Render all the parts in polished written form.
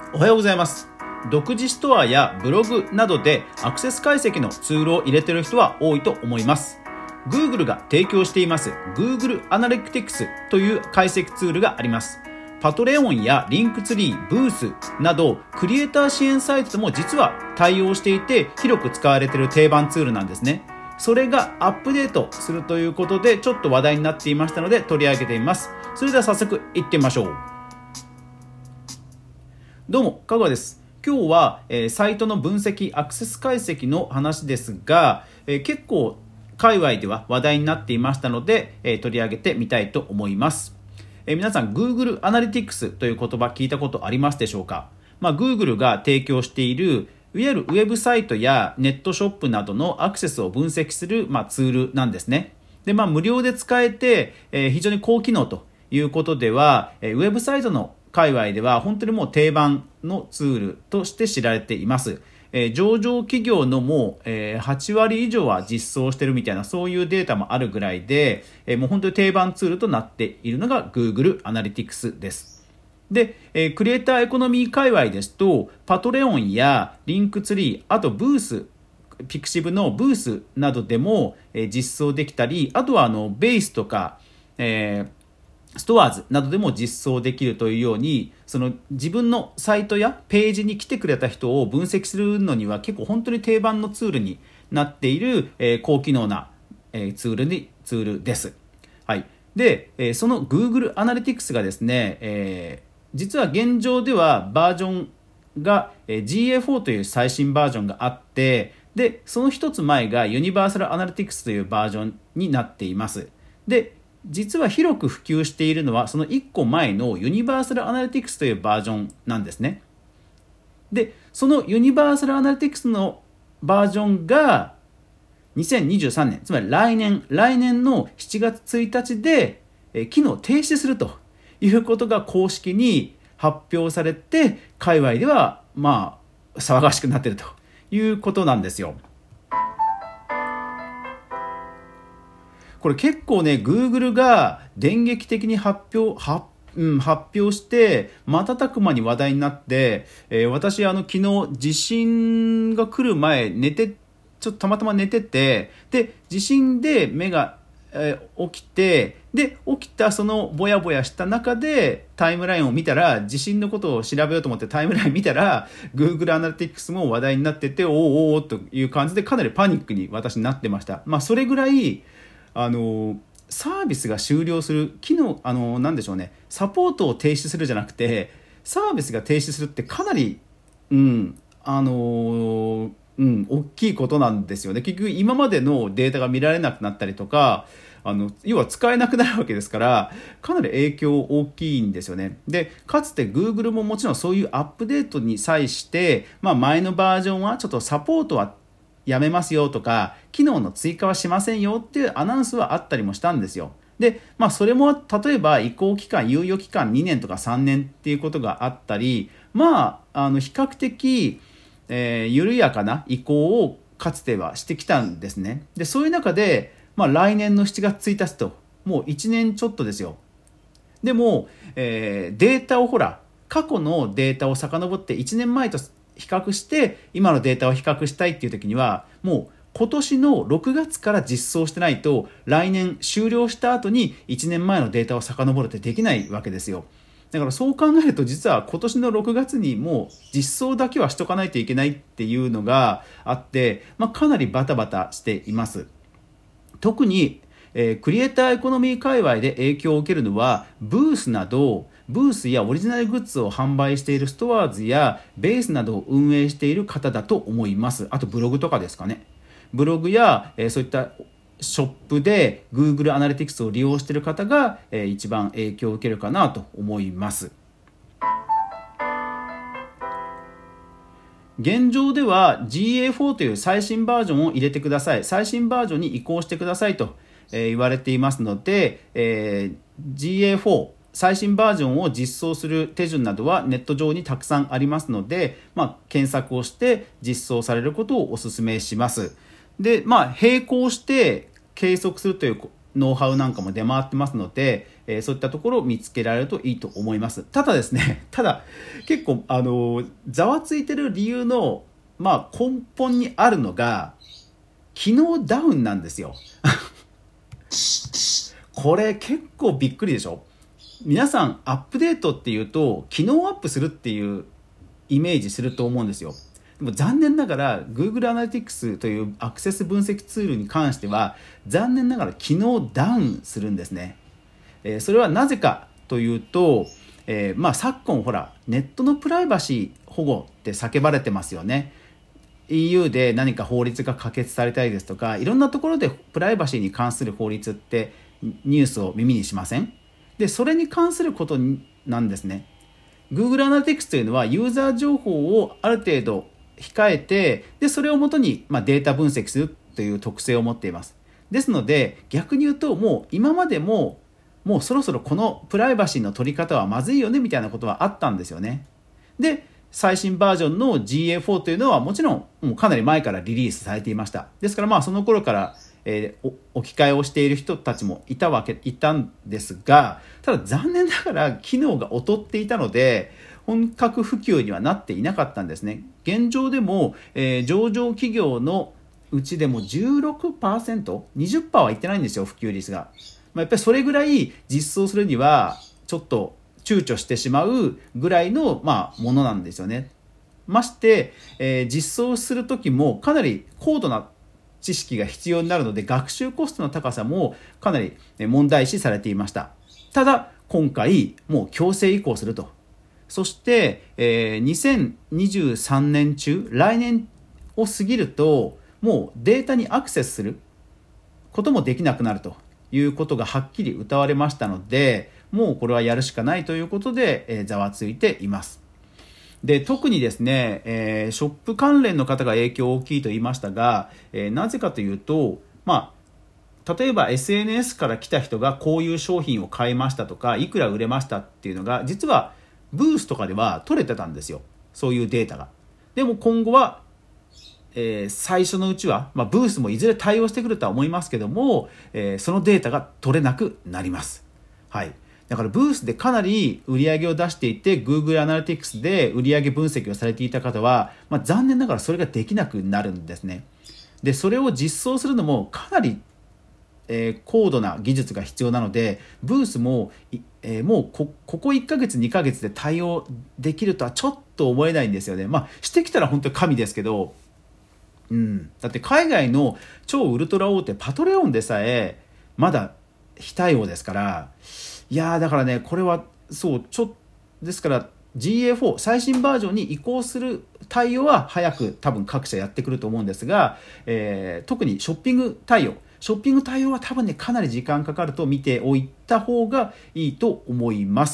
おはようございます。独自ストアやブログなどでアクセス解析のツールを入れている人は多いと思います。 Google が提供しています Google Analytics という解析ツールがあります。パトレオンやリンクツリー、ブースなどクリエイター支援サイトでも実は対応していて広く使われている定番ツールなんですね。それがアップデートするということでちょっと話題になっていましたので取り上げてみます。それでは早速いってみましょう。どうも、かぐわです。今日は、サイトの分析、アクセス解析の話ですが、結構界隈では話題になっていましたので、取り上げてみたいと思います。皆さん Google Analytics という言葉聞いたことありますでしょうか。Google が提供しているいわゆるウェブサイトやネットショップなどのアクセスを分析する、ツールなんですね。で、無料で使えて、非常に高機能ということでは、ウェブサイトの界隈では本当にもう定番のツールとして知られています。上場企業のもう、8割以上は実装しているみたいなそういうデータもあるぐらいで、もう本当に定番ツールとなっているのが Google Analytics です。で、クリエイターエコノミー界隈ですとパトレオンやリンクツリー、あとブース、ピクシブのブースなどでも、実装できたり、あとはベースとか、ストアーズなどでも実装できるというように、その自分のサイトやページに来てくれた人を分析するのには結構本当に定番のツールになっている、高機能な、ツールです。はい。で、その Google Analytics がですね、実は現状ではバージョンが GA4 という最新バージョンがあって、でその一つ前が Universal Analytics というバージョンになっています。で実は広く普及しているのはその1個前の Universal Analytics というバージョンなんですね。でその Universal Analytics のバージョンが2023年、つまり来年の7月1日で機能停止するということが公式に発表されて、界隈では騒がしくなっているということなんですよ。これ結構ね、Google が電撃的に発表して瞬く間に話題になって、私昨日地震が来る前ちょっとたまたま寝てて、で地震で目が起きて、で起きたそのぼやぼやした中でタイムラインを見たら、地震のことを調べようと思ってタイムライン見たら Google Analytics も話題になってて、おという感じでかなりパニックに私なってました。それぐらいサービスが終了する機能、なんでしょうね、サポートを停止するじゃなくてサービスが停止するってかなり大きいことなんですよね。結局今までのデータが見られなくなったりとか、要は使えなくなるわけですから、かなり影響大きいんですよね。でかつて Google ももちろんそういうアップデートに際して、前のバージョンはちょっとサポートはやめますよとか、機能の追加はしませんよっていうアナウンスはあったりもしたんですよ。で、それも例えば移行期間、猶予期間2年とか3年っていうことがあったり、比較的緩やかな移行をかつてはしてきたんですね。でそういう中で、来年の7月1日ともう1年ちょっとですよ。でも、データを過去のデータを遡って1年前と比較して今のデータを比較したいっていう時には、もう今年の6月から実装してないと来年終了した後に1年前のデータを遡るってできないわけですよ。だからそう考えると、実は今年の6月にもう実装だけはしとかないといけないっていうのがあって、かなりバタバタしています。特に、クリエイターエコノミー界隈で影響を受けるのはブースやオリジナルグッズを販売しているストアーズやベースなどを運営している方だと思います。あとブログとかですかね。ブログや、そういったショップで Google Analytics を利用している方が、一番影響を受けるかなと思います。現状では GA4 という最新バージョンを入れてください、最新バージョンに移行してくださいと言われていますので、GA4 最新バージョンを実装する手順などはネット上にたくさんありますので、検索をして実装されることをお勧めします。で、並行して計測するというノウハウなんかも出回ってますので、そういったところを見つけられるといいと思います。ただですね、結構ざわついてる理由の、根本にあるのが機能ダウンなんですよこれ結構びっくりでしょ。皆さんアップデートっていうと機能アップするっていうイメージすると思うんですよ。でも残念ながら Google Analytics というアクセス分析ツールに関しては残念ながら機能ダウンするんですね。それはなぜかというと、昨今ほらネットのプライバシー保護って叫ばれてますよね。EU で何か法律が可決されたりですとか、いろんなところでプライバシーに関する法律ってニュースを耳にしません？でそれに関することなんですね。 Google Analytics というのはユーザー情報をある程度控えて、でそれをもとにデータ分析するという特性を持っています。ですので逆に言うと、もう今までもそろそろこのプライバシーの取り方はまずいよねみたいなことはあったんですよね。で最新バージョンの GA4 というのはもちろんもうかなり前からリリースされていました。ですからその頃から置き換えをしている人たちもいたんですが、ただ残念ながら機能が劣っていたので本格普及にはなっていなかったんですね。現状でも、上場企業のうちでも 16%、20% はいってないんですよ、普及率が。やっぱりそれぐらい実装するにはちょっと躊躇してしまうぐらいの、ものなんですよね。まして、実装する時もかなり高度な知識が必要になるので、学習コストの高さもかなり問題視されていました。ただ今回もう強制移行すると。そして、2023年中、来年を過ぎるともうデータにアクセスすることもできなくなるということがはっきり謳われましたので、もうこれはやるしかないということで、ざわついています。で特にですね、ショップ関連の方が影響大きいと言いましたが、なぜかというと、例えば SNS から来た人がこういう商品を買いましたとか、いくら売れましたっていうのが実はブースとかでは取れてたんですよ、そういうデータが。でも今後は最初のうちは、ブースもいずれ対応してくるとは思いますけども、そのデータが取れなくなります。はい。だからブースでかなり売り上げを出していて Google Analytics で売り上げ分析をされていた方は、残念ながらそれができなくなるんですね。でそれを実装するのもかなり、高度な技術が必要なので、ブースも、もうここ1ヶ月2ヶ月で対応できるとはちょっと思えないんですよね。してきたら本当に神ですけど、だって海外の超ウルトラ大手パトレオンでさえまだ非対応ですから、だからね、これはですから GA4 最新バージョンに移行する対応は早く多分各社やってくると思うんですが、特にショッピング対応は多分ねかなり時間かかると見ておいた方がいいと思います。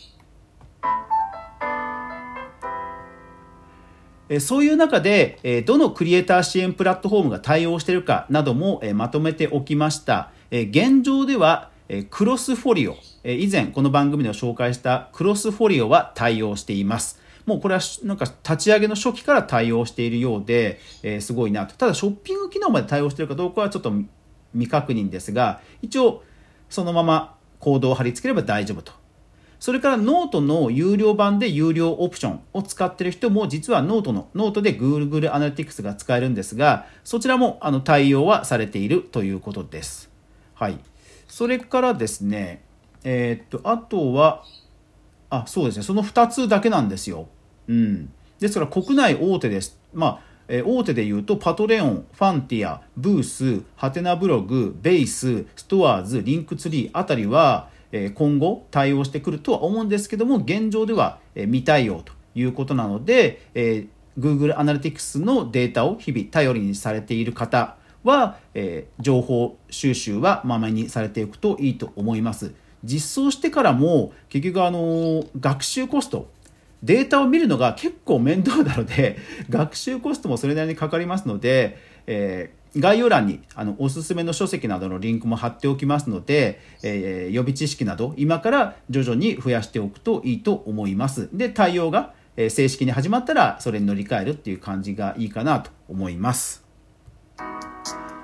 そういう中でどのクリエイター支援プラットフォームが対応しているかなどもまとめておきました。現状ではクロスフォリオ、以前この番組で紹介したクロスフォリオは対応しています。もうこれはなんか立ち上げの初期から対応しているようで、すごいなと。ただショッピング機能まで対応しているかどうかはちょっと未確認ですが、一応そのままコードを貼り付ければ大丈夫と。それからノートの有料版で有料オプションを使っている人も実はノートで Google Analytics が使えるんですが、そちらも対応はされているということです。はい。それからですね、あとはそうですね、その2つだけなんですよ。ですから国内大手です。大手でいうとパトレオン、ファンティア、ブース、ハテナブログ、ベース、ストアーズ、リンクツリーあたりは今後対応してくるとは思うんですけども、現状では未対応ということなので、Google Analytics のデータを日々頼りにされている方は、情報収集はまめにされていくといいと思います。実装してからも結局学習コスト、データを見るのが結構面倒なので学習コストもそれなりにかかりますので、概要欄におすすめの書籍などのリンクも貼っておきますので、予備知識など今から徐々に増やしておくといいと思います。で対応が正式に始まったらそれに乗り換えるっていう感じがいいかなと思います。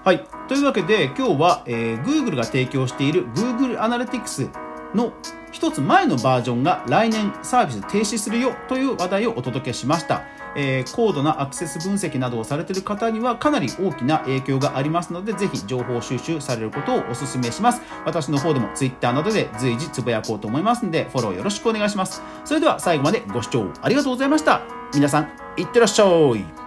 はい。というわけで、今日は、Google が提供している Google Analytics の一つ前のバージョンが来年サービス停止するよという話題をお届けしました。高度なアクセス分析などをされている方にはかなり大きな影響がありますので、ぜひ情報収集されることをお勧めします。私の方でも Twitter などで随時つぶやこうと思いますので、フォローよろしくお願いします。それでは最後までご視聴ありがとうございました。皆さん、いってらっしゃい。